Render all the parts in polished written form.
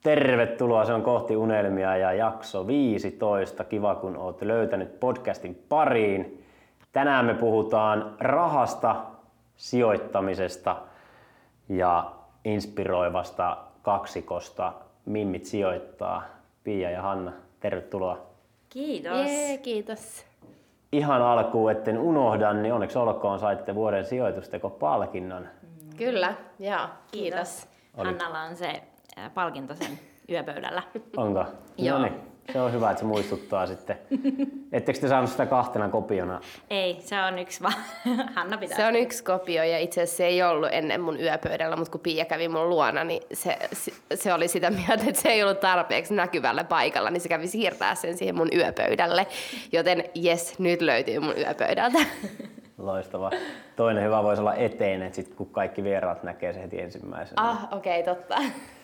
Tervetuloa, se on Kohti unelmia ja jakso 15. Kiva, kun oot löytänyt podcastin pariin. Tänään me puhutaan rahasta, sijoittamisesta ja inspiroivasta kaksikosta Mimmit sijoittaa. Pia ja Hanna, tervetuloa. Kiitos. Kiitos. Ihan alkuun, etten unohda, niin onneksi olkoon saitte vuoden sijoitusteko-palkinnon. Kyllä, joo, kiitos. Hannalla on se palkinto sen yöpöydällä. Onko? Joo. Noniin, se on hyvä, että se muistuttaa sitten. Ettekö te saanut sitä kahtena kopiona? Ei, se on yksi vaan. Hanna pitää. Se on yksi kopio ja itse asiassa se ei ollut ennen mun yöpöydällä, mutta kun Pia kävi mun luona, niin se oli sitä mieltä, että se ei ollut tarpeeksi näkyvällä paikalla, niin se kävi siirtää sen siihen mun yöpöydälle. Joten jes, nyt löytyy mun yöpöydältä. Loistavaa. Toinen hyvä voisi olla eteinen, että sit kun kaikki vieraat näkee se heti ensimmäisenä. Okei, totta.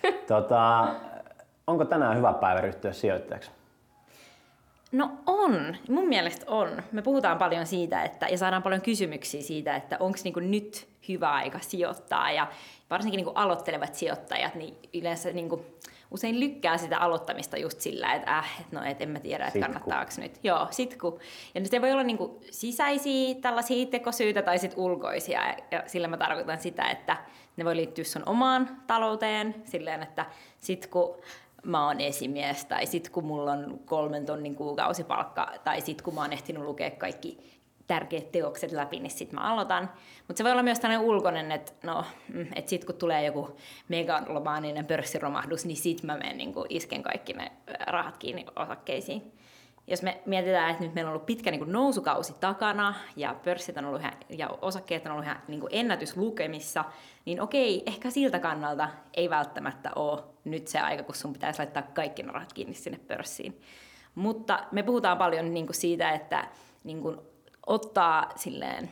Onko tänään hyvä päivä ryhtyä sijoittajaksi? No on, mun mielestä on. Me puhutaan paljon siitä, ja saadaan paljon kysymyksiä siitä, että onko niinku nyt hyvä aika sijoittaa. Ja varsinkin niinku aloittelevat sijoittajat niin yleensä niinku usein lykkää sitä aloittamista just sillä, että en mä tiedä, että kannattaako nyt. Joo, sitku. Ja nyt se voi olla niinku sisäisiä tällaisia tekosyitä tai sit ulkoisia. Ja sillä mä tarkoitan sitä, että ne voi liittyä sun omaan talouteen silleen, että sit kun mä oon esimies, tai sit kun mulla on 3 tonnin kuukausipalkka, tai sit kun mä oon ehtinyt lukea kaikki tärkeät teokset läpi, niin sit mä aloitan. Mutta se voi olla myös tällainen ulkoinen, että sit kun tulee joku megalomaaninen pörssiromahdus, niin sit mä menen isken kaikki ne rahat kiinni osakkeisiin. Jos me mietitään, että nyt meillä on ollut pitkä nousukausi takana ja pörssit on ollut ja osakkeet on ollut ihan ennätyslukemissa, niin okei, ehkä siltä kannalta ei välttämättä ole nyt se aika, kun sun pitäisi laittaa kaikki ne rahat kiinni sinne pörssiin. Mutta me puhutaan paljon siitä, että ottaa silleen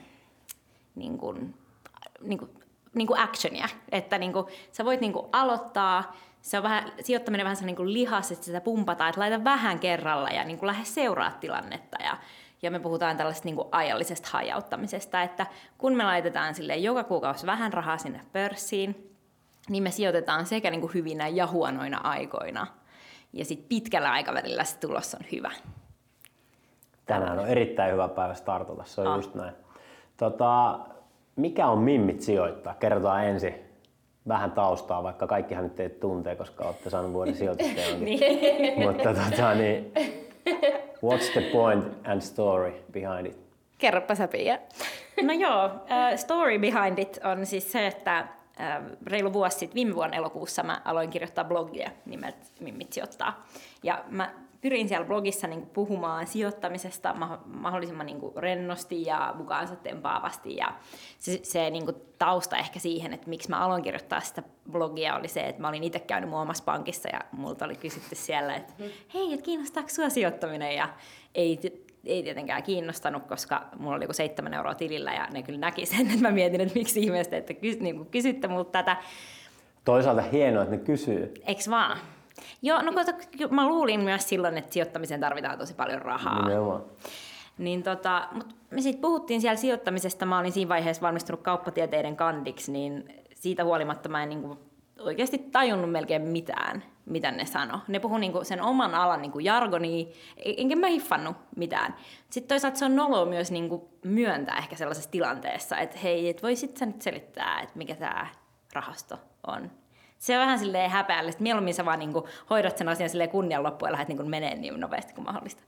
actionia, että sä voit aloittaa. Se on sijoittaminen vähän sellainen lihas, että sitä pumpataan, että laita vähän kerralla ja lähde seuraa tilannetta. Ja me puhutaan tällaisesta ajallisesta hajauttamisesta, että kun me laitetaan joka kuukausi vähän rahaa sinne pörssiin, niin me sijoitetaan sekä hyvinä ja huonoina aikoina. Ja sitten pitkällä aikavälillä se tulos on hyvä. Tänään on erittäin hyvä päivä startata, se on just näin. Mikä on Mimmit sijoittaa? Kerrotaan ensin vähän taustaa, vaikka kaikkihan nyt teitä tuntee, koska olette saanut vuoden sijoitusteonkin. Mutta what's the point and story behind it? Kerropa sä, Pia. No joo, story behind it on siis se, että reilu vuosi sitten, viime vuonna elokuussa mä aloin kirjoittaa blogia nimeltä Mimmit sijoittaa. Ja mä pyrin siellä blogissa puhumaan sijoittamisesta mahdollisimman rennosti ja mukaansa tempaavasti. Ja se tausta ehkä siihen, että miksi mä aloin kirjoittaa sitä blogia, oli se, että mä olin itse käynyt mun omassa pankissa ja multa oli kysytty siellä, että hei, et kiinnostaako sua sijoittaminen? Ja ei tietenkään kiinnostanut, koska mulla oli joku 7 euroa tilillä ja ne kyllä näki sen, että mä mietin, että miksi ihmeestä, että kysytte multa tätä. Toisaalta hienoa, että ne kysyy. Eiks vaan? Joo, no mä luulin myös silloin, että sijoittamiseen tarvitaan tosi paljon rahaa. Nimenomaan. Niin mutta me sitten puhuttiin siellä sijoittamisesta, mä olin siinä vaiheessa valmistunut kauppatieteiden kandiksi, niin siitä huolimatta mä en oikeasti tajunnut melkein mitään, mitä ne sanoi. Ne puhui sen oman alan jargonia, enkä mä hiffannut mitään. Sitten toisaalta se on noloa myös myöntää ehkä sellaisessa tilanteessa, että hei, et voisit sä nyt selittää, että mikä tämä rahasto on. Se on vähän silleen häpeällistä. Mieluummin sä vaan hoidat sen asian silleen kunnian loppuun ja lähdet menee niin nopeasti kuin mahdollista.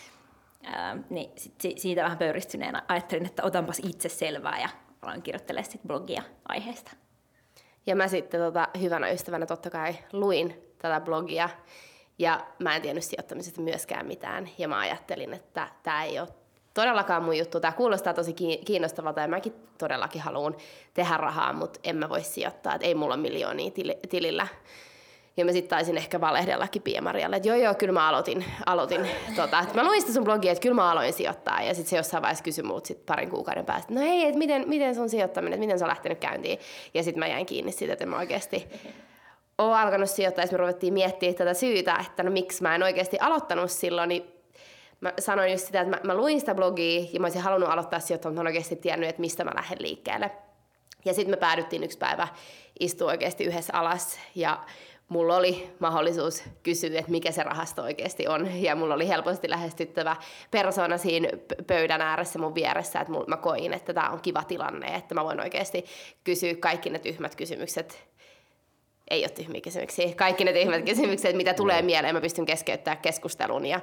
Niin siitä vähän pöyristyneenä ajattelin, että otanpas itse selvää ja aloin kirjoittelemaan sit blogia aiheesta. Ja mä sitten hyvänä ystävänä totta kai luin tätä blogia ja mä en tiennyt sijoittamisesta myöskään mitään. Ja mä ajattelin, että tää ei ole todellakaan mun juttu. Tää kuulostaa tosi kiinnostavalta ja mäkin todellakin haluan tehdä rahaa, mutta en mä voi sijoittaa, että ei mulla ole miljoonia tilillä. Ja mä sitten taisin ehkä valehdellakin Pia-Marialle, että joo, kyllä mä aloitin. Että mä luin sitä sun blogia, että kyllä mä aloin sijoittaa. Ja sitten se jossain vaiheessa kysyi multa sit parin kuukauden päästä, no hei, että miten sun sijoittaminen, että miten se on lähtenyt käyntiin. Ja sitten mä jäin kiinni siitä, että mä oikeasti oon alkanut sijoittaa. Ja me ruvettiin miettimään tätä syytä, että no miksi mä en oikeasti aloittanut silloin. Niin mä sanoin just sitä, että mä luin sitä blogia ja mä olisin halunnut aloittaa sijoittaa, mutta mä oon oikeasti tiennyt, että mistä mä lähden liikkeelle. Ja sitten me päädyttiin yksi päivä istua oikeasti yhdessä alas ja mulla oli mahdollisuus kysyä, että mikä se rahasto oikeasti on. Ja mulla oli helposti lähestyttävä persona siinä pöydän ääressä mun vieressä, että mä koin, että tämä on kiva tilanne, että mä voin oikeasti kysyä kaikki ne tyhmät kysymykset. Ei ole tyhmiä kysymyksiä. Kaikki ne tyhmät kysymykset, mitä tulee mieleen, mä pystyn keskeyttämään keskustelun. Ja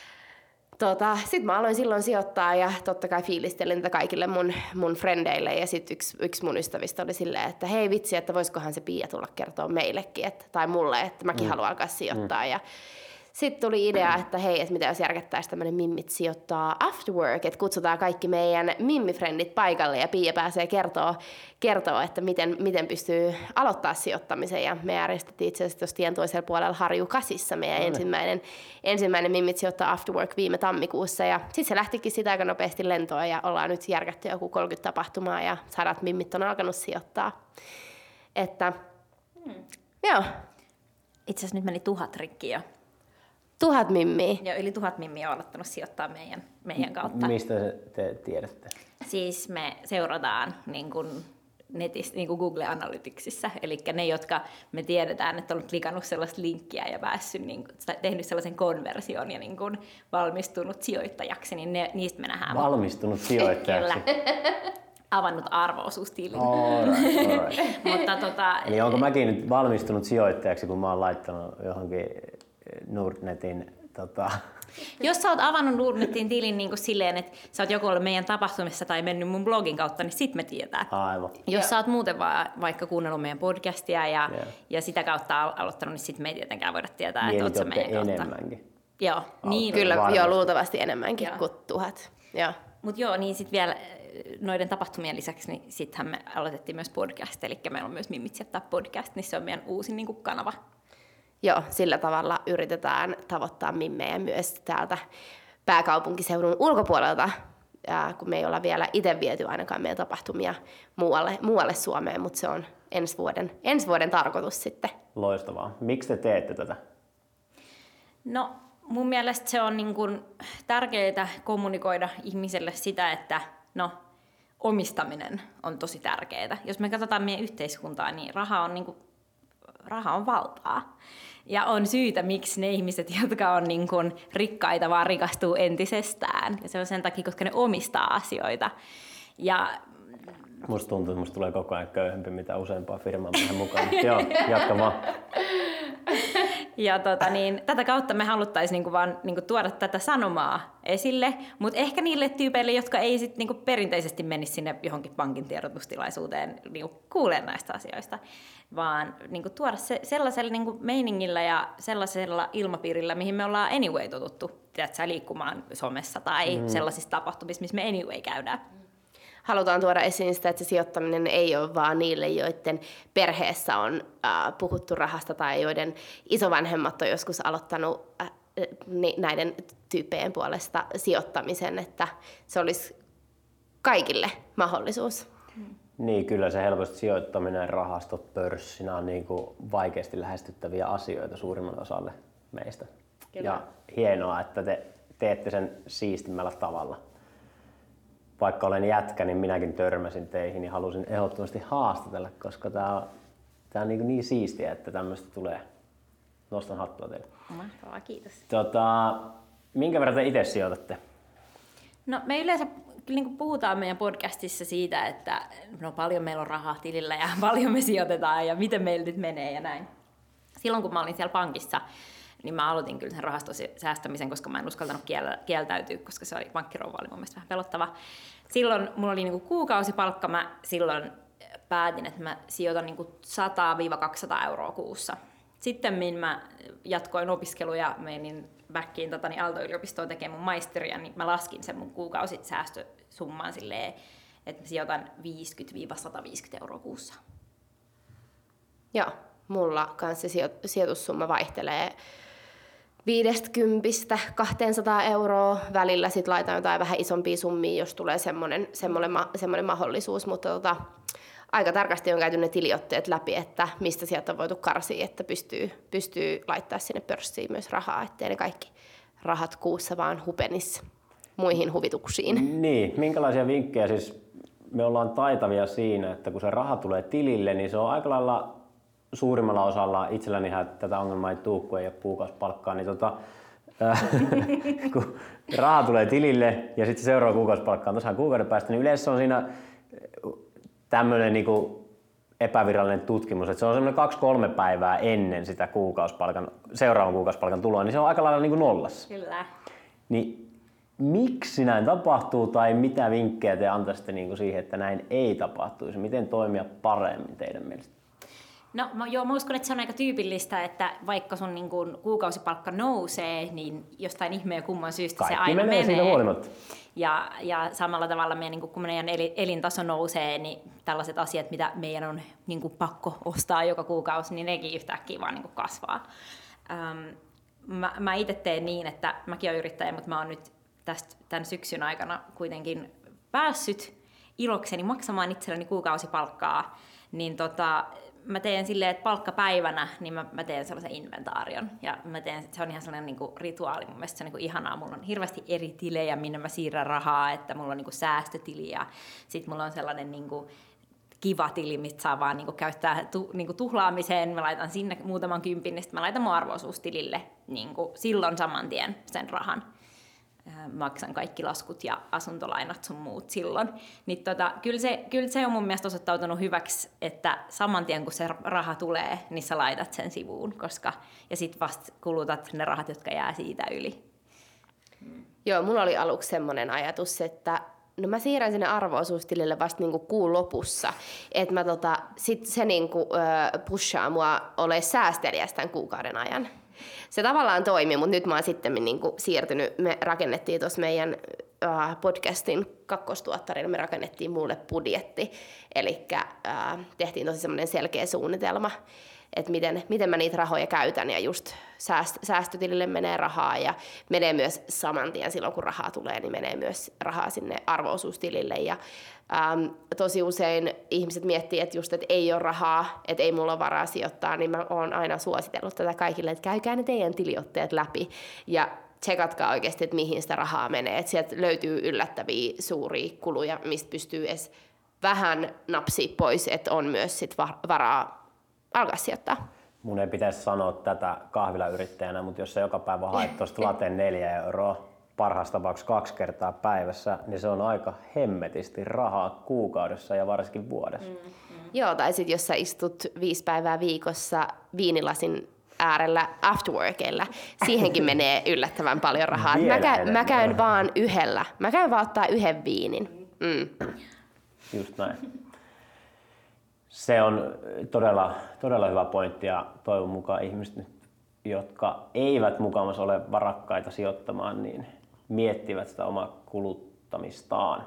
sitten mä aloin silloin sijoittaa ja totta kai fiilistelin tätä kaikille mun frendeille. Ja sitten yksi mun ystävistä oli silleen, että hei vitsi, että voisikohan se Pia tulla kertoa meillekin, tai mulle, että mäkin haluan alkaa sijoittaa. Ja sitten tuli idea, että hei, että mitä jos järkättäisiin tämmöinen Mimmit sijoittaa after work, että kutsutaan kaikki meidän mimmifrendit paikalle ja Pia pääsee kertoa että miten pystyy aloittaa sijoittamisen. Ja me järjestettiin itse asiassa tuossa tien toisella puolella Harju Kasissa meidän ensimmäinen Mimmit sijoittaa after work viime tammikuussa. Ja sitten se lähtikin sitä aika nopeasti lentoon ja ollaan nyt järkätty joku 30 tapahtumaa ja 100 mimmit on alkanut sijoittaa. Että joo. Itse asiassa nyt meni 1000 rikkiä jo. 1000 mimmiä. Ja yli 1000 mimmiä on aloittanut sijoittaa meidän kautta. Mistä te tiedätte? Siis me seurataan niin kuin netistä, niin kuin Google Analyticsissa, eli ne, jotka me tiedetään, että on klikannut sellaista linkkiä ja päässyt, niin kuin, tehnyt sellaisen konversion ja niin kuin valmistunut sijoittajaksi, niin niistä me nähdään. Valmistunut sijoittajaksi? Avannut arvo-osuustilin. Alright. Mutta eli onko mäkin nyt valmistunut sijoittajaksi, kun mä oon laittanut johonkin Nordnetin Jos sä oot avannut Nordnetin tilin niin kuin silleen, että sä oot joku ollut meidän tapahtumissa tai mennyt mun blogin kautta, niin sit me tiedetään. Aivan. Jos sä oot muuten vaikka kuunnellut meidän podcastia ja sitä kautta aloittanut, niin sit me ei tietenkään voida tietää, että oot sä meidän kautta. Enemmänkin. Joo, niin. Kyllä, joo, luultavasti enemmänkin kuin 1000. Mutta joo, niin sitten vielä noiden tapahtumien lisäksi, niin sittenhän me aloitettiin myös podcast, eli meillä on myös Mimmit sijoittaa podcast, niin se on meidän uusi niin kuin kanava. Joo, sillä tavalla yritetään tavoittaa mimmejä myös täältä pääkaupunkiseudun ulkopuolelta, kun me ei olla vielä itse viety ainakaan meidän tapahtumia muualle Suomeen, mutta se on ensi vuoden tarkoitus sitten. Loistavaa. Miksi te teette tätä? No, mun mielestä se on niin kuin tärkeää kommunikoida ihmiselle sitä, että omistaminen on tosi tärkeää. Jos me katsotaan meidän yhteiskuntaa, niin raha on valtaa. Ja on syytä, miksi ne ihmiset, jotka on niin kuin rikkaita, vaan rikastuu entisestään. Ja se on sen takia, koska ne omistaa asioita. Ja musta tuntuu, että musta tulee koko ajan köyhempi, mitä useampaa firmaa vähän mukaan. Joo, jatka vaan. Ja tätä kautta me haluttaisiin vaan tuoda tätä sanomaa esille, mutta ehkä niille tyypeille, jotka ei sit perinteisesti menisi sinne johonkin pankin tiedotustilaisuuteen kuulee näistä asioista, vaan tuoda se sellaisella meiningillä ja sellaisella ilmapiirillä, mihin me ollaan anyway totuttu liikkumaan somessa tai sellaisissa tapahtumissa, missä me anyway käydään. Halutaan tuoda esiin sitä, että se sijoittaminen ei ole vaan niille, joiden perheessä on puhuttu rahasta tai joiden isovanhemmat on joskus aloittanut näiden tyyppien puolesta sijoittamisen, että se olisi kaikille mahdollisuus. Niin, kyllä se helposti sijoittaminen, rahastot, pörssinä on niin kuin vaikeasti lähestyttäviä asioita suurimmalle osalle meistä. Kyllä. Ja hienoa, että te teette sen siistimmällä tavalla. Vaikka olen jätkä, niin minäkin törmäsin teihin ja halusin ehdottomasti haastatella, koska tää on niin siistiä, että tämmöistä tulee. Nostan hattua teille. Mahtavaa, kiitos. Minkä verran te itse sijoitatte? No me yleensä niin puhutaan meidän podcastissa siitä, että paljon meillä on rahaa tilillä ja paljon me sijoitetaan ja miten meillä nyt menee ja näin. Silloin kun mä olin siellä pankissa, niin mä aloitin kyllä sen rahastosäästämisen, koska mä en uskaltanut kieltäytyä, koska se oli, pankkirouva oli mun mielestä vähän pelottava. Silloin mulla oli kuukausipalkka, mä silloin päätin, että mä sijoitan 100-200 euroa kuussa. Sitten mä jatkoin opiskeluja, menin backiin Aalto-yliopistoon tekemään mun maisteria, niin mä laskin sen mun kuukausisäästösumman silleen, että mä sijoitan 50-150 euroa kuussa. Joo, mulla kanssa se sijoitussumma vaihtelee 50-200 euroa. Välillä sit laitan jotain vähän isompia summia, jos tulee semmoinen mahdollisuus, mutta aika tarkasti on käyty ne tiliotteet läpi, että mistä sieltä on voitu karsia, että pystyy laittaa sinne pörssiin myös rahaa, ettei ne kaikki rahat kuussa vaan hupenisi muihin huvituksiin. Niin, minkälaisia vinkkejä siis me ollaan taitavia siinä, että kun se raha tulee tilille, niin se on aika lailla suurimmalla osalla, itsellänihän tätä ongelmaa ei tule, kun ei ole kuukausipalkkaa, niin kun raha tulee tilille ja sitten seuraava kuukausipalkka on tosiaan kuukauden päästä, niin yleensä on siinä tämmöinen niinku epävirallinen tutkimus, että se on semmoinen 2-3 päivää ennen sitä seuraavan kuukausipalkan tuloa, niin se on aika lailla niinku nollassa. Kyllä. Niin miksi näin tapahtuu tai mitä vinkkejä te antaisitte niinku siihen, että näin ei tapahtuisi? Miten toimia paremmin teidän mielestä? No mä uskon, että se on aika tyypillistä, että vaikka sun niin kun kuukausipalkka nousee, niin jostain ihmeen ja kumman syystä kaikki se aina menee. Siitä huolimatta. Ja samalla tavalla meidän, kun meidän elintaso nousee, niin tällaiset asiat, mitä meidän on niin kuin pakko ostaa joka kuukausi, niin nekin yhtäkkiä vaan niin kuin kasvaa. Mä itse teen niin, että mäkin olen yrittäjä, mutta mä oon nyt tämän syksyn aikana kuitenkin päässyt ilokseni maksamaan itselleni kuukausipalkkaa, niin mä teen silleen, että palkkapäivänä niin mä teen sellaisen inventaarion. Ja se on ihan sellainen niinku rituaali. Mun mielestä se on niinku ihanaa. Mulla on hirveästi eri tilejä, minne mä siirrän rahaa. Että mulla on niinku säästötili ja sit mulla on sellainen niinku kiva tili, mistä saa vaan niinku käyttää niinku tuhlaamiseen. Mä laitan sinne muutaman kympin, niin sit mä laitan mun arvo-osuustilille niinku silloin saman tien sen rahan. Maksan kaikki laskut ja asuntolainat sun muut silloin. Niin kyllä se on mun mielestä osoittautunut hyväksi, että saman tien kun se raha tulee, niin sä laitat sen sivuun, ja sit vasta kulutat ne rahat, jotka jää siitä yli. Joo, mulla oli aluksi semmoinen ajatus, että no mä siirrän sinne arvo-osuustilille vasta niinku kuun lopussa, että sit se niinku, pushaa mua ole säästeliäs tämän kuukauden ajan. Se tavallaan toimi, mutta nyt mä oon sitten niinku siirtynyt. Me rakennettiin tuossa meidän podcastin kakkostuottarilla, me rakennettiin mulle budjetti. Eli tehtiin tosi semmoinen selkeä suunnitelma, että miten mä niitä rahoja käytän. Ja just säästötilille menee rahaa ja menee myös saman tien silloin, kun rahaa tulee, niin menee myös rahaa sinne arvo-osuustilille. Ja tosi usein ihmiset miettii, että just, että ei ole rahaa, että ei mulla ole varaa sijoittaa, niin mä oon aina suositellut tätä kaikille, että käykää ne teidän tiliotteet läpi ja tsekatkaa oikeasti, että mihin sitä rahaa menee. Että sieltä löytyy yllättäviä suuria kuluja, mistä pystyy edes vähän napsia pois, että on myös sit varaa alkaa sijoittaa. Mun ei pitäisi sanoa tätä kahvilayrittäjänä, mutta jos sä joka päivä haet tuosta lateen 4 euroa, parhaassa tapauksessa 2 kertaa päivässä, niin se on aika hemmetisti rahaa kuukaudessa ja varsinkin vuodessa. Joo, tai sitten jos sä istut 5 päivää viikossa viinilasin äärellä afterworkilla, siihenkin menee yllättävän paljon rahaa. Mä käyn vaan yhdellä. Mä käyn vaan ottaa yhden viinin. Just näin. Se on todella hyvä pointti ja toivon mukaan ihmiset, jotka eivät mukamassa ole varakkaita sijoittamaan, niin miettivät sitä omaa kuluttamistaan.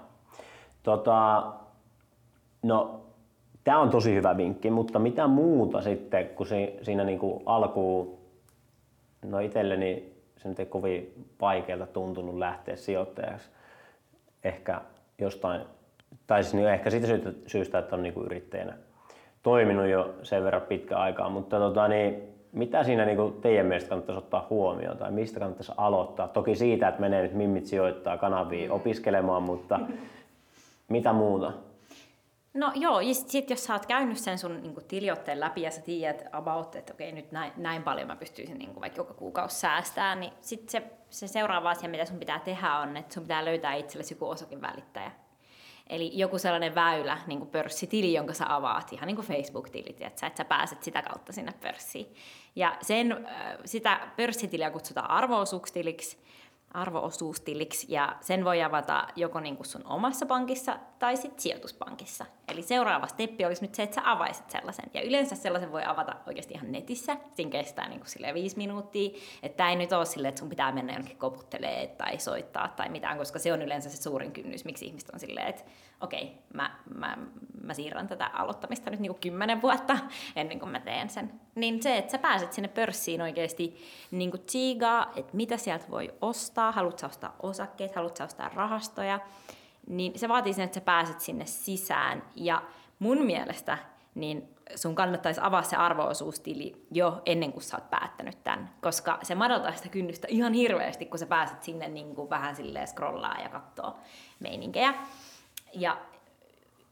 No, tämä on tosi hyvä vinkki, mutta mitä muuta sitten, kun siinä niinku alkuun, no itselleni se nyt ei kovin vaikealta tuntunut lähteä sijoittajaksi. Ehkä jostain, tai siis ehkä siitä syystä, että on niinku yrittäjänä toiminut jo sen verran pitkä aikaa, mutta mitä siinä niinku teidän mielestä kannattaisi ottaa huomioon tai mistä kannattaisi aloittaa? Toki siitä, että menee nyt mimmit sijoittaa kanaviin opiskelemaan, mutta mitä muuta? No joo, ja sit jos sä oot käynyt sen sun niinku tiliotteen läpi ja sä tiedät about, että okei, nyt näin paljon mä pystyisin niinku vaikka joka kuukausi säästää, niin sit se seuraava asia, mitä sun pitää tehdä on, että sun pitää löytää itsellesi joku osakevälittäjä. Eli joku sellainen väylä, niin kuin pörssitili, jonka sä avaat, ihan niin kuin Facebook-tilit, että sä pääset sitä kautta sinne pörssiin. Ja sitä pörssitiliä kutsutaan arvo-osuustiliksi, ja sen voi avata joko niin kuin sun omassa pankissa tai sitten sijoituspankissa. Eli seuraava steppi olisi nyt se, että sä avaisit sellaisen. Ja yleensä sellaisen voi avata oikeasti ihan netissä. Siinä kestää niin kuin 5 minuuttia. Että tämä ei nyt ole silleen, että sun pitää mennä jonnekin koputtelee tai soittaa tai mitään, koska se on yleensä se suurin kynnys, miksi ihmiset on silleen, että okei, mä siirrän tätä aloittamista nyt niin kuin 10 vuotta ennen kuin mä teen sen. Niin se, että sä pääset sinne pörssiin oikeasti niin kuin tsiigaa, että mitä sieltä voi ostaa, haluat sä ostaa osakkeet, haluat sä ostaa rahastoja, niin se vaatii sen, että sä pääset sinne sisään. Ja mun mielestä niin sun kannattaisi avaa se arvo-osuustili jo ennen kuin sä oot päättänyt tämän, koska se madaltaa sitä kynnystä ihan hirveästi, kun sä pääset sinne niin kuin vähän silleen scrollaa ja katsoo meininkejä. Ja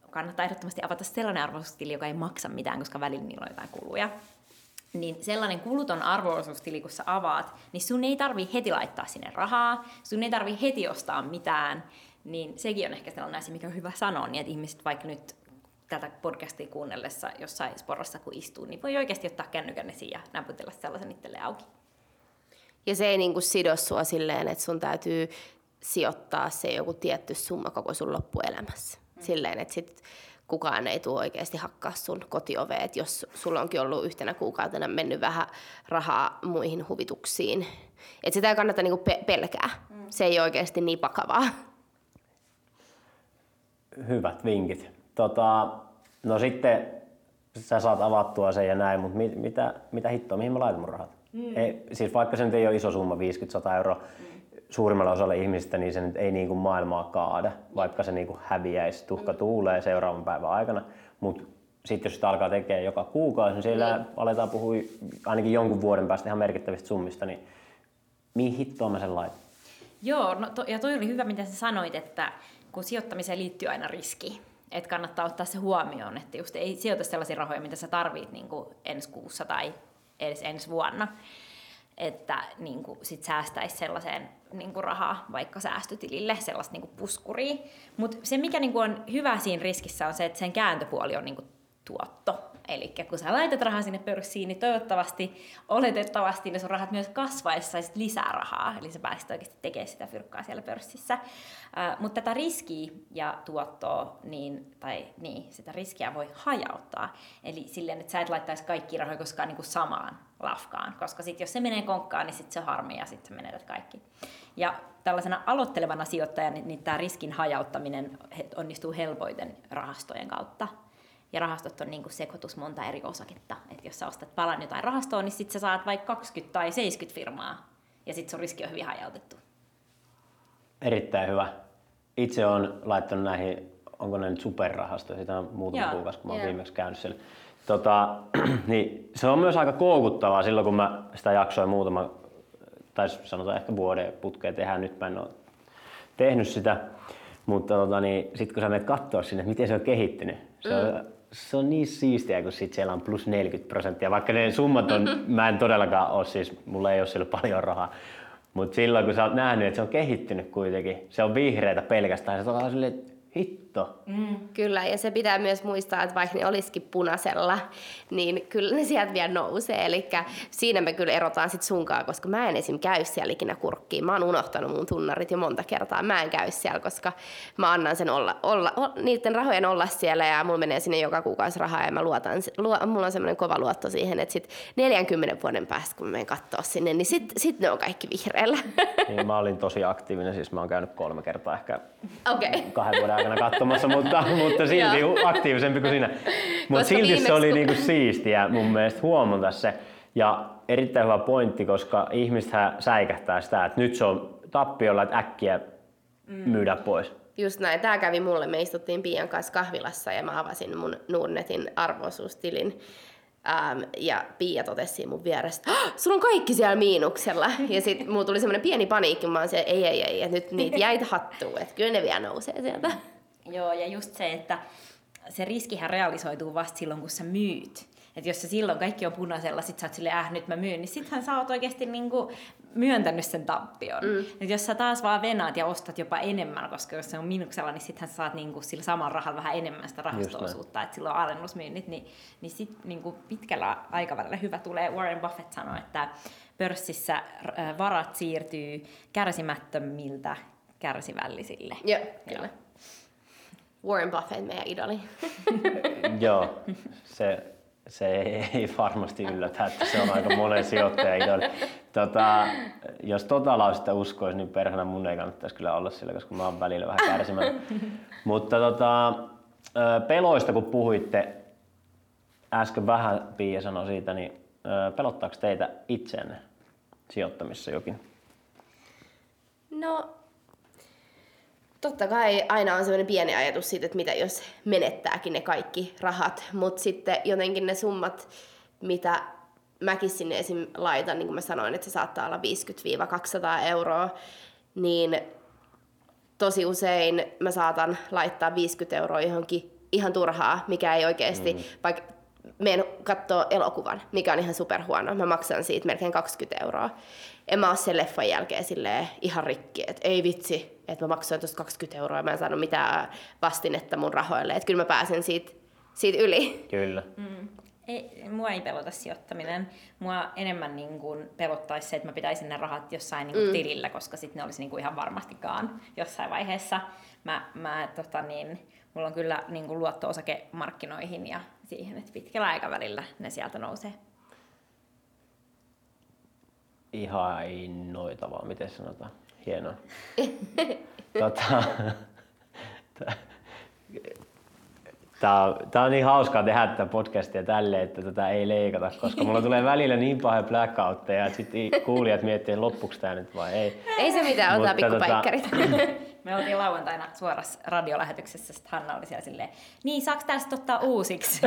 kannattaa ehdottomasti avata sellainen arvo-osuustili, joka ei maksa mitään, koska välillä niillä on jotain kuluja. Niin sellainen kuluton arvo-osuustili, kun sä avaat, niin sun ei tarvii heti laittaa sinne rahaa, sun ei tarvii heti ostaa mitään, niin sekin on ehkä sellainen asia, mikä on hyvä sanoa, niin että ihmiset vaikka nyt tätä podcastia kuunnellessa jossain sporassa kun istuu, niin voi oikeasti ottaa kännykän esiin ja näpytellä sellaisen itselleen auki. Ja se ei niinku sido sua silleen, että sun täytyy sijoittaa se joku tietty summa koko sun loppuelämässä. Silleen, että sit kukaan ei tule oikeasti hakkaa sun kotioveen, että jos sulla onkin ollut yhtenä kuukautena mennyt vähän rahaa muihin huvituksiin. Että sitä ei kannata niinku pelkää. Se ei oikeasti niin vakavaa. Hyvät vinkit. No sitten sä saat avattua sen ja näin, mutta mitä hittoa, mihin mä laitan mun rahat? Siis vaikka se nyt ei ole iso summa, 50-100 euroa, suurimmalle osalle ihmisistä, niin se nyt ei niinku maailmaa kaada, vaikka se niinku häviäisi, tuhka tuulee seuraavan päivän aikana. Mutta sitten jos sitä alkaa tekemään joka kuukausi, niin siellä aletaan puhua ainakin jonkun vuoden päästä ihan merkittävistä summista, niin mihin hittoon mä sen laitan? Joo, no ja toi oli hyvä, mitä sä sanoit, että kun sijoittamiseen liittyy aina riski, että kannattaa ottaa se huomioon, että just ei sijoita sellaisia rahoja, mitä sä tarvit niin kuin ensi kuussa tai edes ensi vuonna, että niin kuin sit säästäisi sellaiseen niin kuin rahaa vaikka säästötilille, sellaista niin kuin puskuria. Mutta se, mikä niin kuin on hyvä siinä riskissä, on se, että sen kääntöpuoli on niin kuin tuotto. Eli kun sä laitat rahaa sinne pörssiin, niin toivottavasti, oletettavasti ne sun rahat myös kasvaessa saisit lisää rahaa. Eli sä pääsit oikeasti tekemään sitä fyrkkaa siellä pörssissä. Mutta tätä riskiä ja tuottoa, sitä riskiä voi hajauttaa. Eli silleen, että sä et laittaisi kaikki rahoja koskaan niin kuin samaan lafkaan. Koska sit jos se menee konkkaan, niin sit se harmi ja sit sä menetät kaikki. Ja tällaisena aloittelevana sijoittajana niin tämä riskin hajauttaminen onnistuu helpoiten rahastojen kautta. Ja rahastot on niin kuin sekoitus monta eri osaketta. Että jos sä ostat palan jotain rahastoa, niin sit sä saat vaikka 20 tai 70 firmaa. Ja sit sun riski on hyvin hajautettu. Erittäin hyvä. Itse olen laittanut näihin, onko ne nyt superrahastoja, sitä on muutama kuukausi, kun mä oon viimeksi käynyt siellä. Niin se on myös aika koukuttavaa silloin, kun mä sitä jaksoin muutama, tai sanotaan ehkä vuoden putkeen tehdään, nyt mä en ole tehnyt sitä. Mutta sitten kun sä menet katsoa sinne, miten se on kehittynyt, se on niin siistiä, kun sit siellä on plus 40%. Vaikka ne summat on, mä en todellakaan ole, siis mulla ei ole siellä paljon rahaa. Mutta silloin kun sä oot nähnyt, että se on kehittynyt kuitenkin, se on vihreitä pelkästään, ja se on silleen, että hitto. Kyllä, ja se pitää myös muistaa, että vaikka ne olisikin punaisella, niin kyllä ne sieltä vielä nousee. Eli siinä me kyllä erotaan sit sunkaan, koska mä en esim. Käy siellä ikinä kurkkiin. Mä oon unohtanut mun tunnarit jo monta kertaa. Mä en käy siellä, koska mä annan sen niiden rahojen olla siellä, ja mulla menee sinne joka kuukausi rahaa, ja mulla on semmoinen kova luotto siihen, että sit 40 vuoden päästä, kun mä menen katsoa sinne, niin sit ne on kaikki vihreällä. Niin, mä olin tosi aktiivinen, siis mä oon käynyt 3 kertaa ehkä 2 vuoden aikana katsomassa, mutta silti aktiivisempi kuin sinä. Mutta silti se oli niinku siistiä mun mielestä huomata se. Ja erittäin hyvä pointti, koska ihmisethän säikähtää sitä, että nyt se on tappiolla, että äkkiä myydä pois. Just näin. Tää kävi mulle. Me istuttiin Pian kanssa kahvilassa ja mä avasin mun Nordnetin arvo-osuustilin. Ja Pia totesi mun vierestä, sulla on kaikki siellä miinuksella. Ja sit mulla tuli semmoinen pieni paniikki, mä oon se, ei, että nyt niitä jäitä hattuu, että kyllä ne vielä nousee sieltä. Joo, ja just se, että se riskihän realisoituu vasta silloin, kun sä myyt. Että jos sä silloin kaikki on punaisella, sit sä oot silleen, nyt mä myyn, niin sittenhän sä oot oikeesti niinku myöntänyt sen tappion. Et jos sä taas vaan venaat ja ostat jopa enemmän, koska jos se on miinuksella, niin sittenhän sä saat niinku sillä samalla rahalla vähän enemmän sitä rahasto-osuutta, että silloin alennusmyynnit, niin sit niinku pitkällä aikavälillä hyvä tulee. Warren Buffett sanoi, että pörssissä varat siirtyy kärsimättömiltä kärsivällisille. Joo, kyllä. Warren Buffett, meidän idoli. Joo, se ei varmasti yllätä, että se on aika monen sijoittajan idoli. Jos lausetta uskoisi, niin perhana mun ei kannattaisi kyllä olla sillä, koska mä oon välillä vähän kärsimällä. Mutta peloista kun puhuitte, äsken vähän Pia sanoi siitä, niin pelottaako teitä itseänne sijoittamisessa jokin? No, totta kai aina on sellainen pieni ajatus siitä, että mitä jos menettääkin ne kaikki rahat, mutta sitten jotenkin ne summat, mitä mäkin sinne esim. Laitan, niin kuin mä sanoin, että se saattaa olla 50-200 euroa, niin tosi usein mä saatan laittaa 50 euroa johonkin ihan turhaa, mikä ei oikeasti, vaikka menen katsoo elokuvan, mikä on ihan superhuono. Mä maksan siitä melkein 20 €. En mä ole sen leffan jälkeen silleen ihan rikki, että ei vitsi, että mä maksoin tuosta 20 € ja mä en saanut mitään vastinetta mun rahoille. Että kyllä mä pääsen siitä yli. Kyllä. Mua ei pelota sijoittaminen. Mua enemmän niin kuin pelottaisi se, että mä pitäisin ne rahat jossain niin kuin tilillä, koska sitten ne olisi niin kuin ihan varmastikaan jossain vaiheessa. Mulla on kyllä niin kuin luotto-osakemarkkinoihin ja siihen, että pitkällä aikavälillä ne sieltä nousee. Ihan innoitavaa, miten sanotaan. Hienoa. Tää on niin hauskaa tehdä tätä podcastia tälleen, että tätä ei leikata, koska mulla tulee välillä niin pahoja blackoutteja, että sitten kuulijat miettii, että loppuuko tää nyt vai ei. Ei se mitään, otetaan pikkupäikkärit. Me oltiin lauantaina suorassa radiolähetyksessä, sitten Hanna oli siellä silleen, niin saaks tästä ottaa uusiksi?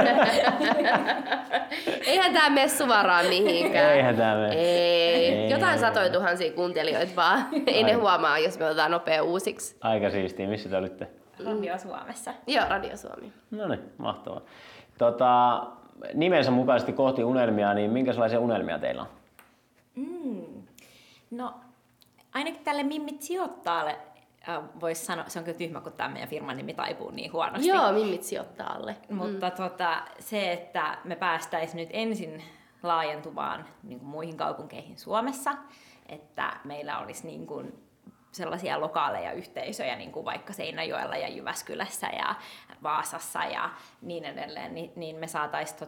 Eihän tää mene suoraan mihinkään. Eihän tää mene. Ei. Jotain satoituhansia kuuntelijoita vaan. Ei ne huomaa, jos me otetaan nopea uusiksi. Aika siistiä. Missä te olitte? Radio Suomessa. Joo, Radio Suomi. No niin, mahtavaa. Nimensä mukaisesti kohti unelmia, niin minkälaisia unelmia teillä on? No, ainakin tälle Mimmit sijoittaalle voisi sanoa, se on kyllä tyhmä, kun tämä meidän firman nimi taipuu niin huonosti. Joo, Mimmit sijoittaa alle. Mutta se, että me päästäisiin nyt ensin laajentumaan niin kuin muihin kaupunkeihin Suomessa, että meillä olisi niin kuin sellaisia lokaaleja yhteisöjä, niin kuin vaikka Seinäjoella ja Jyväskylässä ja Vaasassa ja niin edelleen, niin me saataisiin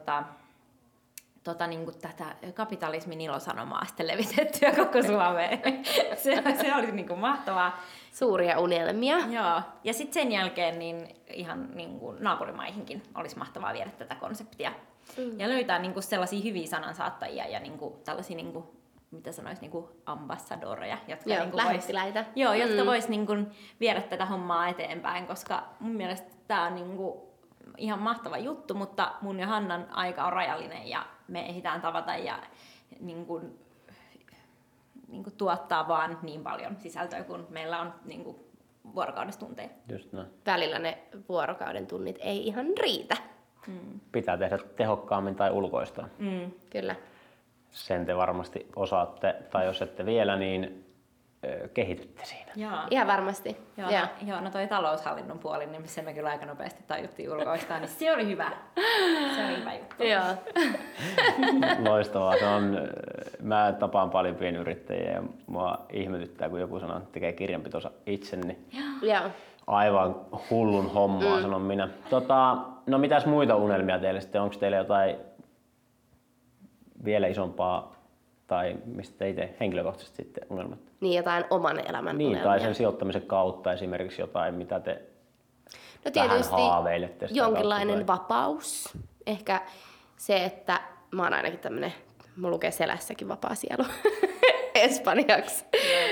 niin kuin tätä kapitalismin ilosanomaa sitten levitettyä koko Suomeen. se olisi niin kuin mahtavaa. Suuria unelmia. Joo. Ja sitten sen jälkeen niin ihan niin kuin naapurimaihinkin olisi mahtavaa viedä tätä konseptia. Ja löytää niin kuin sellaisia hyviä sanansaattajia ja niin kuin tällaisia, niin kuin, mitä sanoisi, niin kuin ambassadoreja, jotka, Joo, niin kuin lähettiläitä. jotka vois niin kuin viedä tätä hommaa eteenpäin, koska mun mielestä tämä on niin kuin ihan mahtava juttu, mutta mun ja Hannan aika on rajallinen ja me ehditään tavata ja niin kuin tuottaa vaan niin paljon sisältöä, kun meillä on niin kuin vuorokaudessa tunteja. Just näin. Välillä ne vuorokauden tunnit ei ihan riitä. Pitää tehdä tehokkaammin tai ulkoistaa. Kyllä. Sen te varmasti osaatte, tai jos ette vielä, niin kehitytte siinä. Joo. Ihan varmasti. Joo, no toi taloushallinnon puoli, niin se me kyllä aika nopeasti tajuttiin ulkoistaa, niin se oli hyvä. Se oli hyvä juttu. Joo. Loistavaa. Mä tapaan paljon pienyrittäjiä ja mua ihmetyttää, kun joku sanoo, että tekee kirjanpitonsa itse, niin Joo. aivan hullun hommaa, sanon minä. No mitäs muita unelmia teille sitten? Onko teillä jotain vielä isompaa tai mistä te itse henkilökohtaisesti sitten unelmat? Niin jotain oman elämän Niin, unelmia. tai sen sijoittamisen kautta esimerkiksi jotain, mitä te No vähän tietysti haaveilette sitä jonkinlainen kautta, vapaus. Ehkä se, että mä oon ainakin tämmönen, mulla lukee selässäkin vapaa sielu espanjaksi.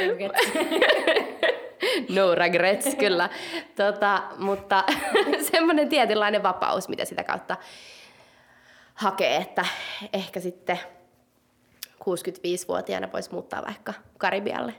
No regrets, kyllä. Mutta semmoinen tietynlainen vapaus, mitä sitä kautta hakee, että ehkä sitten 65-vuotiaana voisi muuttaa vaikka Karibialle.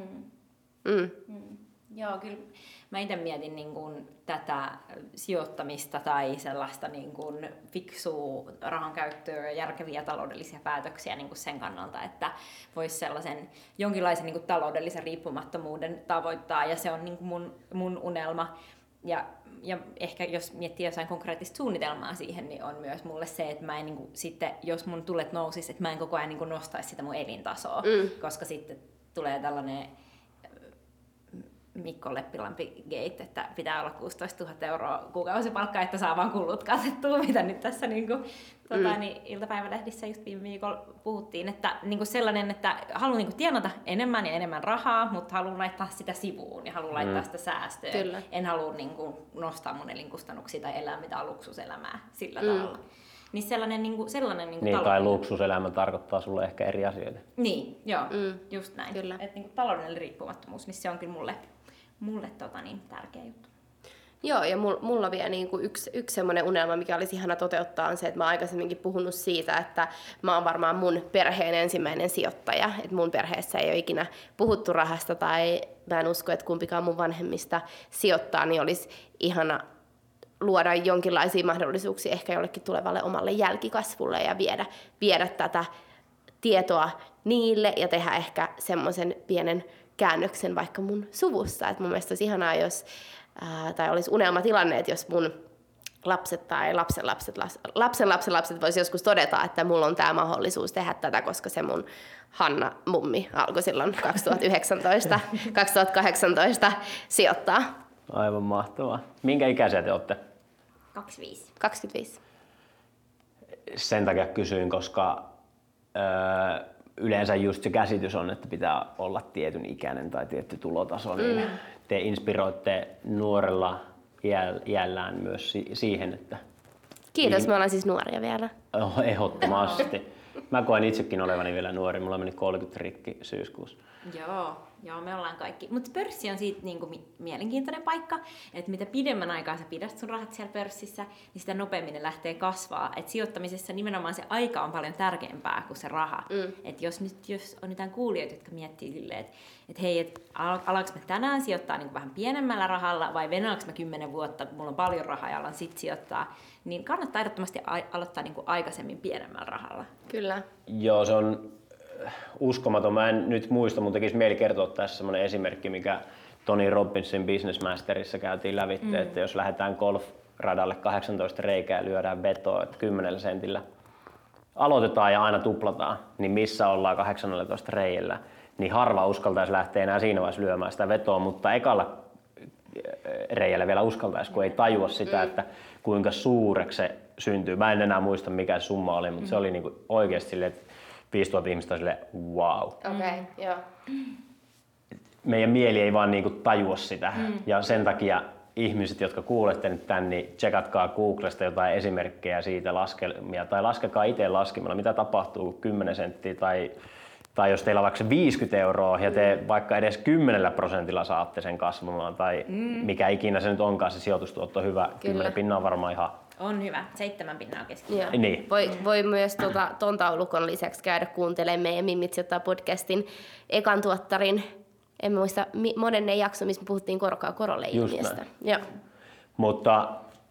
Joo, kyllä mä itse mietin niin kuin tätä sijoittamista tai sellaista niin kuin fiksua rahan käyttöä ja järkeviä taloudellisia päätöksiä niin kuin sen kannalta, että voisi sellaisen jonkinlaisen niin kuin taloudellisen riippumattomuuden tavoittaa ja se on niin kuin mun unelma. Ja ehkä jos miettii jotain konkreettista suunnitelmaa siihen, niin on myös mulle se, että mä en niin kuin, sitten, jos mun tulet nousisi, että mä en koko ajan niin kuin nostaisi sitä mun elintasoa, koska sitten tulee tällainen Mikko Leppilampi gate, että pitää olla 16 000 € kuukausipalkkaa, että saa vaan kulut katettua, mitä nyt tässä niin kuin, niin iltapäivälehdissä just viime viikolla puhuttiin, että niin kuin sellainen, että haluan niin kuin tienata enemmän ja enemmän rahaa, mutta haluan laittaa sitä sivuun ja haluan laittaa sitä säästöä. Kyllä. En halua niin kuin nostaa mun elinkustannuksia tai elää mitään luksuselämää sillä tavalla. Niin sellainen tai luksuselämä tarkoittaa sulle ehkä eri asioita. Niin, joo, just näin. Kyllä. Että niin taloudellinen riippumattomuus, niin se on kyllä mulle tärkeä juttu. Joo, ja mulla vielä niinku yksi semmoinen unelma, mikä olisi ihana toteuttaa, on se, että mä oon aikaisemminkin puhunut siitä, että mä oon varmaan mun perheen ensimmäinen sijoittaja. Että mun perheessä ei ole ikinä puhuttu rahasta tai mä en usko, että kumpikaan mun vanhemmista sijoittaa, niin olisi ihana luoda jonkinlaisia mahdollisuuksia ehkä jollekin tulevalle omalle jälkikasvulle ja viedä tätä tietoa niille ja tehdä ehkä semmoisen pienen käännöksen vaikka mun suvussa. Et mun mielestä olisi ihanaa, tai olisi unelmatilanne, että jos mun lapset tai lapsenlapset voisi joskus todeta, että mulla on tämä mahdollisuus tehdä tätä, koska se mun Hanna-mummi alkoi silloin 2018 sijoittaa. Aivan mahtavaa. Minkä ikäisiä te olette? 25. Sen takia kysyin, koska yleensä just se käsitys on, että pitää olla tietyn ikäinen tai tietty tulotaso, niin te inspiroitte nuorella iällään myös siihen, että... Kiitos, me ollaan siis nuoria vielä. Ehdottomasti. Mä koen itsekin olevani vielä nuori, mulla meni 30 rikki syyskuussa. Joo, me ollaan kaikki. Mutta pörssi on siitä niinku mielenkiintoinen paikka, että mitä pidemmän aikaa sä pidät sun rahat siellä pörssissä, niin sitä nopeammin ne lähtee kasvaa. Et sijoittamisessa nimenomaan se aika on paljon tärkeämpää kuin se raha. Et jos on jotain kuulijoita, jotka miettii silleen, että hei, alanko mä tänään sijoittaa niinku vähän pienemmällä rahalla vai venaanko mä 10 vuotta, mulla on paljon rahaa ja alan sit sijoittaa, niin kannattaa ehdottomasti aloittaa niinku aikaisemmin pienemmällä rahalla. Kyllä. Joo, se on uskomaton. Mä en nyt muista, mutta tekisi mieli kertoa tässä semmoinen esimerkki, mikä Tony Robbinsin Business Masterissa käytiin lävitse, että jos lähdetään golfradalle 18 reikää ja lyödään vetoa, että 10 sentillä aloitetaan ja aina tuplataan, niin missä ollaan 18 reijällä, niin harva uskaltaisi lähteä enää siinä vaiheessa lyömään sitä vetoa, mutta ekalla reijällä vielä uskaltaisi, kun ei tajua sitä, että kuinka suureksi se syntyy. Mä en enää muista, mikä summa oli, mutta se oli niinku oikeasti silleen, että 5000 ihmistä on silleen, wow. Joo. Meidän mieli ei vaan niinku tajua sitä. Ja sen takia ihmiset, jotka kuulette nyt tän, niin tsekatkaa Googlesta jotain esimerkkejä siitä laskelmia. Tai laskekaa itse laskemalla, mitä tapahtuu 10 senttiä. Tai jos teillä on vaikka 50 euroa ja te vaikka edes 10% saatte sen kasvamaan. Tai mikä ikinä se nyt onkaan, se sijoitustuotto on hyvä. 10% on varmaan ihan... On hyvä. 7 pinnaa keskimäärin. Niin. Voi myös ton taulukon lisäksi käydä kuuntelemaan meidän Mimmit sijoittaa podcastin ekan tuottarin, en muista, moderneen jakso, missä me puhuttiin korkoa korolle ilmiöstä. Mutta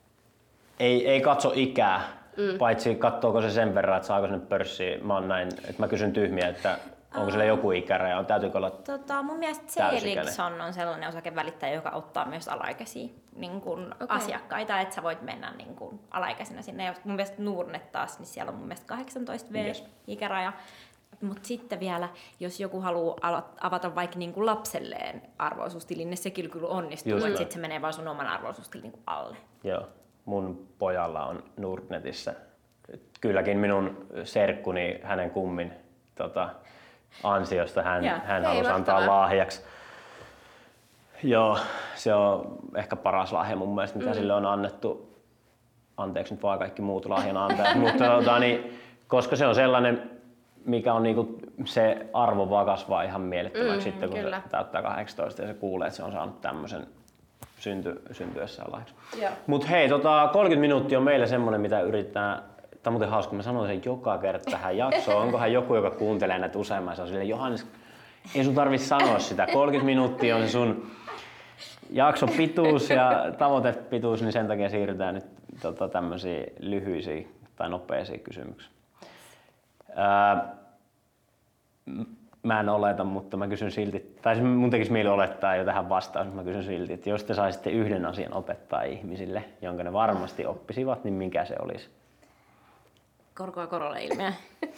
ei katso ikää, paitsi katsoako se sen verran, että saako sinne pörssiin. Mä kysyn tyhmiä, että onko sillä joku ikäraja, täytyykö olla mun mielestä Ericsson on sellainen osakevälittäjä, joka ottaa myös alaikäisiä niin asiakkaita, että sä voit mennä niin kuin alaikäisenä sinne. Ja mun mielestä Nordnet taas, niin siellä on mun mielestä 18V ikäraja. Mutta sitten vielä, jos joku haluaa avata vaikka niin kuin lapselleen arvo-osuustilin, niin sekin kyllä onnistuu, että sitten se menee vaan sun oman arvo-osuustilin niin kuin alle. Joo, mun pojalla on Nordnetissä. Kylläkin minun serkkuni, hänen kummin ansiosta hän halusi antaa lahjaksi. Joo, se on ehkä paras lahja mun mielestä, mitä sille on annettu. Anteeksi nyt vaan kaikki muut lahjanantajat, mutta koska se on sellainen, mikä on niinku, se arvo vaan kasvaa ihan mielettömäksi sitten, kun se täyttää 18 ja se kuulee, että se on saanut tämmöisen syntyessään lahjaksi. Mut hei, 30 minuuttia on meillä semmonen, mitä yritetään. Tämä on muuten hauska, mä sanon sen joka kerta tähän jaksoon. Onkohan joku, joka kuuntelee näitä useammin ja sanoo silleen, Johannes, ei sun tarvitse sanoa sitä. 30 minuuttia on se sun jakson pituus ja tavoitepituus, niin sen takia siirrytään nyt tämmöisiin lyhyisiin tai nopeisiin kysymyksiin. Mä en oleta, mutta mä kysyn silti, tai mun tekisi mieli olettaa jo tähän vastaus, mutta mä kysyn silti, että jos te saisitte yhden asian opettaa ihmisille, jonka ne varmasti oppisivat, niin mikä se olisi? Korkoa korolle ilmiö.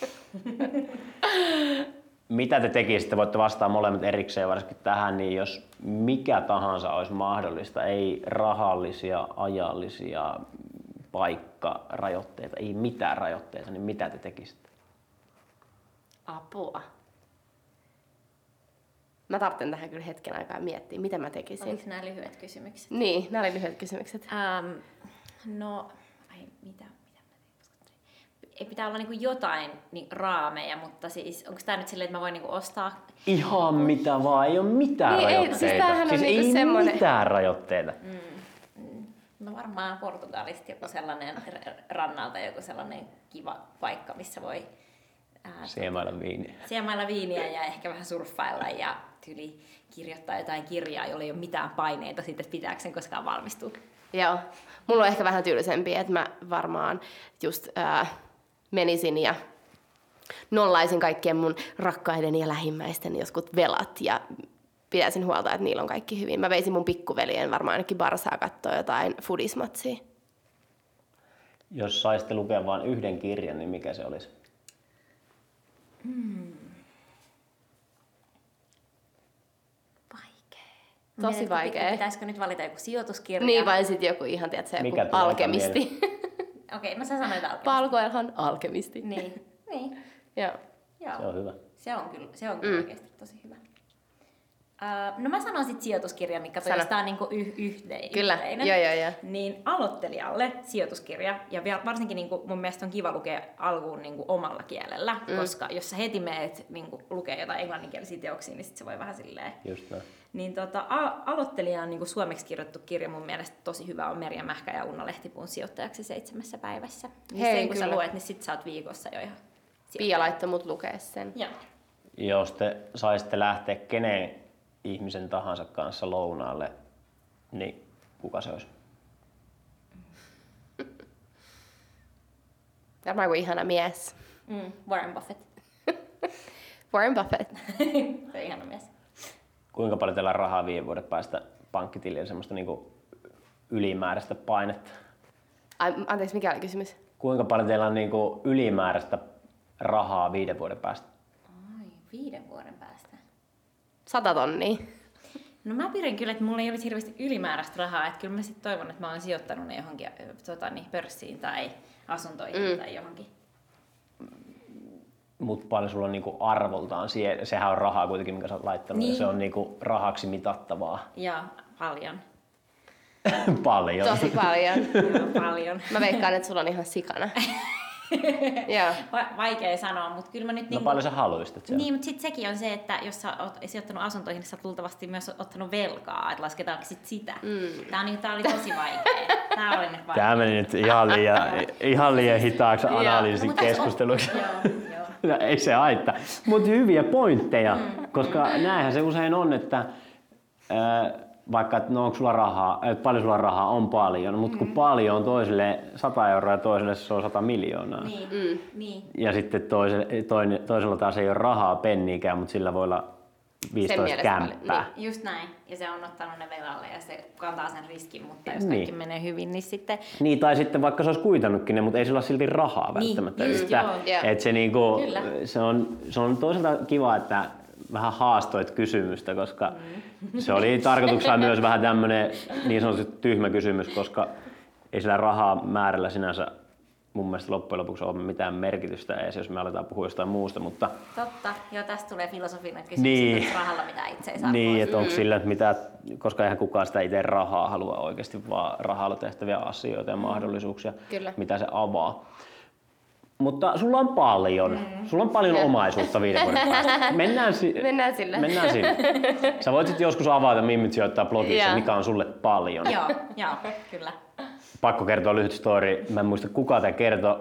Mitä te tekisitte? Voitte vastaa molemmat erikseen varsinkin tähän, niin jos mikä tahansa olisi mahdollista, ei rahallisia, ajallisia, paikkarajoitteita, ei mitään rajoitteita, niin mitä te tekisitte? Apua. Mä tarvitsen tähän kyllä hetken aikaa miettiä, mitä mä tekisin. Oliko nämä lyhyet kysymykset? Niin, nämä oli lyhyet kysymykset. Ei pitää olla niinku jotain raameja, mutta siis onko tää nyt silleen, että mä voin niinku ostaa? Ihan mitä vaan, ei ole mitään rajoitteita. Siis ei semmoinen. Mitään rajoitteita. No varmaan Portugalista joku sellainen rannalta joku sellainen kiva paikka, missä voi siemailla viiniä ja ehkä vähän surffailla ja kirjoittaa jotain kirjaa, jolla ei ole mitään paineita siitä, että pitääkö sen koskaan valmistua. Joo. Mulla on ehkä vähän tyylisempi, että mä varmaan just menisin ja nollaisin kaikkien mun rakkaiden ja lähimmäisten jotkut velat ja pitäisin huolta, että niillä on kaikki hyvin. Mä veisin mun pikkuveljen varmaan ainakin Barsaa katsoa jotain foodismatsia. Jos saisitte lukea vain yhden kirjan, niin mikä se olisi? Tosi vaikea. Pitäisikö nyt valita joku sijoituskirja? Niin, vai sitten joku ihan, tiedätkö, Mikä joku tulee alkemisti. Okei, no sä sanoit alkemisti. Paul Coelhon alkemisti. Niin. Joo. Joo. Se on hyvä. Se on kyllä oikeasti tosi hyvä. No mä sanon sit sijoituskirja, mikä toistaan niinku yhteinen. Kyllä, joo. Niin aloittelijalle sijoituskirja, ja varsinkin niinku mun mielestä on kiva lukea alkuun niinku omalla kielellä, koska jos sä heti meet niinku lukee jotain englanninkielisiä teoksia, niin sit se voi vähän silleen. Just näin. Niin aloittelijan niinku suomeksi kirjoittu kirja mun mielestä tosi hyvä on Merja Mähkä ja Unna Lehtipuun Sijoittajaksi 7 päivässä. Niin Hei, sen kun kyllä. sä luet, niin sit sä oot viikossa jo ihan Pia laittoi mut lukea sen. Joo. Jos te saisitte lähteä kenen ihmisen tahansa kanssa lounaalle, niin kuka se olisi? Varmaan joku ihana mies. Warren Buffett. Warren Buffett. Se on ihana mies. Kuinka paljon teillä on rahaa 5 vuoden päästä pankkitilille semmoista niinku ylimääräistä painetta? Anteeksi, mikä oli kysymys? Kuinka paljon teillä on niinku ylimääräistä rahaa 5 vuoden päästä? Ai, 5 vuoden päästä. 100 tonnia. No mä pyrin kyllä, että mulla ei olisi hirveästi ylimääräistä rahaa, että kyllä mä sitten toivon, että mä oon sijoittanut ne johonkin pörssiin tai asuntoihin tai johonkin. Mutta paljon sulla on niinku arvoltaan, sehän on rahaa kuitenkin, minkä sä oot laittanut, Niin. ja se on niinku rahaksi mitattavaa. Ja paljon. Paljon. Tosi paljon. Joo, paljon. Mä veikkaan, että sulla on ihan sikana. Joo. Vaikea sanoa, mutta kyllä mä nyt... No paljon sä haluisit, että se Niin, mutta sitten sekin on se, että jos sä oot sijoittanut asuntoihin, niin sä oot luultavasti myös ottanut velkaa, että lasketaanko sit sitä. Tää oli tosi vaikea. Tää oli nyt vaikea. Tää meni nyt ihan liian hitaaksi analyysikeskusteluksi. Joo. Ei se haittaa. Mutta hyviä pointteja, koska näinhän se usein on, että vaikka että no onko sulla rahaa, että paljon sulla rahaa on paljon, mutta kun paljon on toiselle 100 euroa ja toiselle se on 100 miljoonaa. Niin. Ja sitten toisella taas ei ole rahaa penniikään, mutta sillä voi olla 15 mielestä kämppää. paljon, Just näin. Ja se on ottanut ne velalle ja se kantaa sen riskin, mutta jos kaikki menee hyvin, niin sitten... Niin, tai sitten vaikka se olisi kuitannutkin ne, mutta ei sillä ole silti rahaa välttämättä just yhtään. joo. Et se, niinku, Kyllä. se on toisaalta kiva, että vähän haastoit kysymystä, koska se oli tarkoituksella myös vähän tämmöinen niin sanotusti tyhmä kysymys, koska ei sillä rahaa määrällä sinänsä mun mielestä loppujen lopuksi ole mitään merkitystä edes, jos me aletaan puhua jostain muusta, mutta... Totta. Joo, tästä tulee filosofinen kysymys Niin. rahalla, mitä itse ei saa Niin, pois. että onko sillä, että mitä, koska eihän kukaan sitä itse rahaa halua oikeasti, vaan rahalla tehtäviä asioita ja mahdollisuuksia, Kyllä. mitä se avaa. Mutta sulla on paljon. Sulla on paljon omaisuutta 5 vuoden päästä. Mennään sille. Mennään sille. Sä voit sitten joskus avata Mimmit sijoittaa blogissa, Joo. mikä on sulle paljon. Joo, kyllä. Pakko kertoa lyhyt story. Mä en muista kuka tämä kertoi.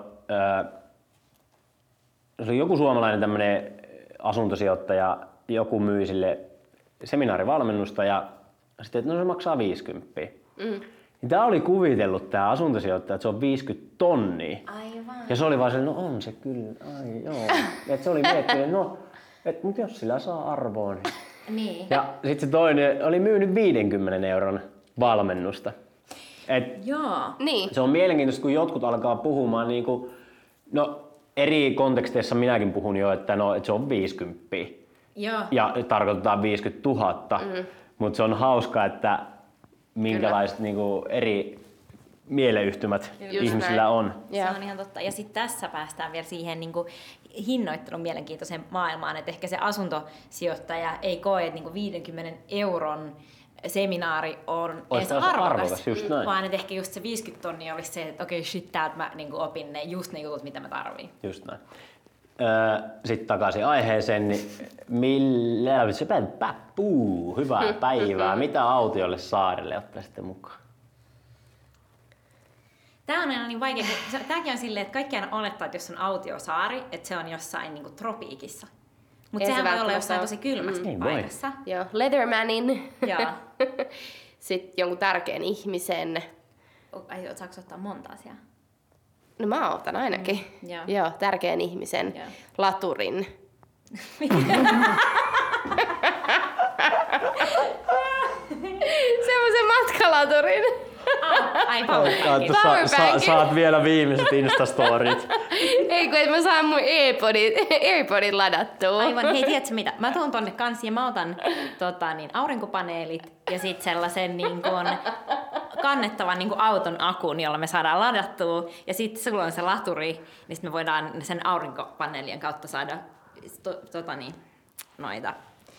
Se oli joku suomalainen tämmönen asuntosijoittaja, joku myi sille seminaarivalmennusta ja sitten, että no se maksaa 50. Niin tää oli kuvitellut tää asuntosijoittaja, että se on 50 tonnia. Aivan. Ja se oli vaan no on se kyllä, ai joo. Et se oli miettinyt, no, mutta jos sillä saa arvoon. Niin. Ja sitten se toinen oli myynyt 50 euron valmennusta. Joo. Niin. Se on mielenkiintoista, kun jotkut alkaa puhumaan niinku, no eri konteksteissa minäkin puhun jo, että no, että se on 50. Joo. Ja tarkoitetaan 50 000. Mutta se on hauska, että minkälaiset niinku eri mieleyhtymät ihmisillä näin. on. Se on ihan totta. Ja sitten tässä päästään vielä siihen niin kuin hinnoittelun mielenkiintoiseen maailmaan, että ehkä se asuntosijoittaja ei koe, että niin kuin 50 euron seminaari on edes arvokas, just näin. vaan että ehkä just se 50 tonnia olisi se, että okei, shit, täältä mä niin kuin opin just ne jutut, mitä mä tarviin. Just näin. Sitten takaisin aiheeseen, niin hyvää päivää. Mitä autiolle saarelle ottaisitte mukaan? Tämä on aina niin vaikea, kun tämäkin on silleen, että kaikki aina olettaa, että jos on autiosaari, että se on jossain niin kuin tropiikissa. Mutta Ei sehän se voi olla välttämättä jossain ole. tosi kylmässä Niin voi. paikassa. Joo, Leathermanin. Joo. Sitten jonkun tärkeän ihmisen. saako ottaa monta asiaa? No mä otan ainakin. Joo. Joo, tärkeän ihmisen Joo. laturin. Semmoisen matkalaturin. Ai powerbankin. Powerbankin. Saat vielä viimeiset Instastorit. Ei kun et mä saan mun AirPodit ladattua. Aivan, hei tiedätkö mitä? Mä tuun tonne kanssa ja mä otan aurinkopaneelit ja sit sellaisen niin kun, kannettavan niin kun auton akun, jolla me saadaan ladattua. Ja sitten sulla on se laturi, niin sit me voidaan sen aurinkopaneelien kautta saada noita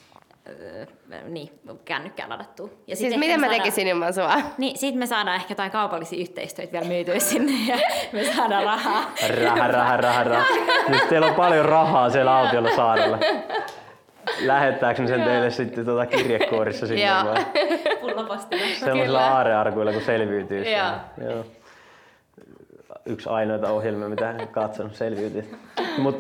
kännykkään ladattua. Ja Siis miten mä tekisin ilman sua? Niin, sit me saadaan ehkä jotain kaupallisia yhteistyötä vielä myytyä sinne ja me saadaan rahaa. Raha. Nyt teillä on paljon rahaa siellä autiolla saarella. Lähettääkö ne sen teille sitten kirjekuorissa sinne Joo. vai? Pullapostilla. Sellaisilla aarearkuilla, kun selviytyy. Joo. Joo. Yksi ainoita ohjelmia, mitä en katsonut, selviytyy. Mutta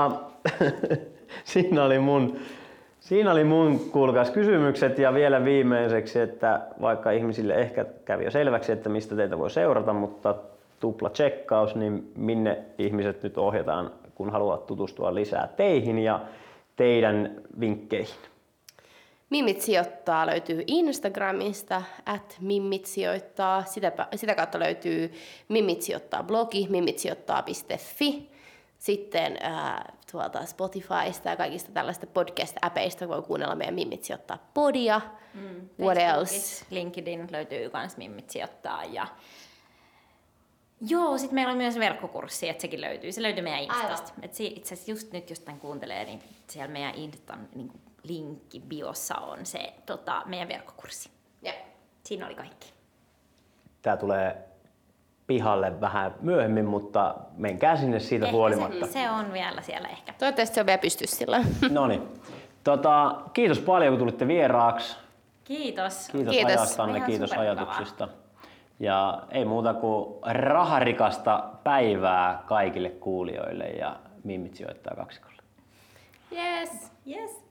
siinä oli mun kuulkaas kysymykset ja vielä viimeiseksi, että vaikka ihmisille ehkä kävi jo selväksi, että mistä teitä voi seurata, mutta tupla tsekkaus, niin minne ihmiset nyt ohjataan, kun haluat tutustua lisää teihin ja teidän vinkkeihin? Mimmit sijoittaa löytyy Instagramista, @mimmitsijoittaa. Sitä kautta löytyy Mimmit sijoittaa blogi, mimmitsijoittaa.fi. Sitten Spotifysta ja kaikista tällaista podcast-äpeistä voi kuunnella meidän Mimmit sijoittaa podia. What else? LinkedIn löytyy kans Mimmit sijoittaa ja joo, sit meillä on myös verkkokurssi, että sekin löytyy. Se löytyy meidän Instasta. Itse asiassa just nyt, jos tämän kuuntelee, niin siellä meidän Instan niin linkki biossa on se meidän verkkokurssi. Ja. Siinä oli kaikki. Tää tulee pihalle vähän myöhemmin, mutta menkää sinne siitä Ehkä huolimatta. se on vielä siellä ehkä. Toivottavasti se on vielä pystyssä silloin. Noniin. Kiitos paljon, kun tulitte vieraaksi. Kiitos. Kiitos Kiitos. ajastanne, Ihan kiitos supermukavaa. ajatuksista. Ja ei muuta kuin raharikasta päivää kaikille kuulijoille ja Mimmit sijoittaa kaksikolle. Yes. Yes.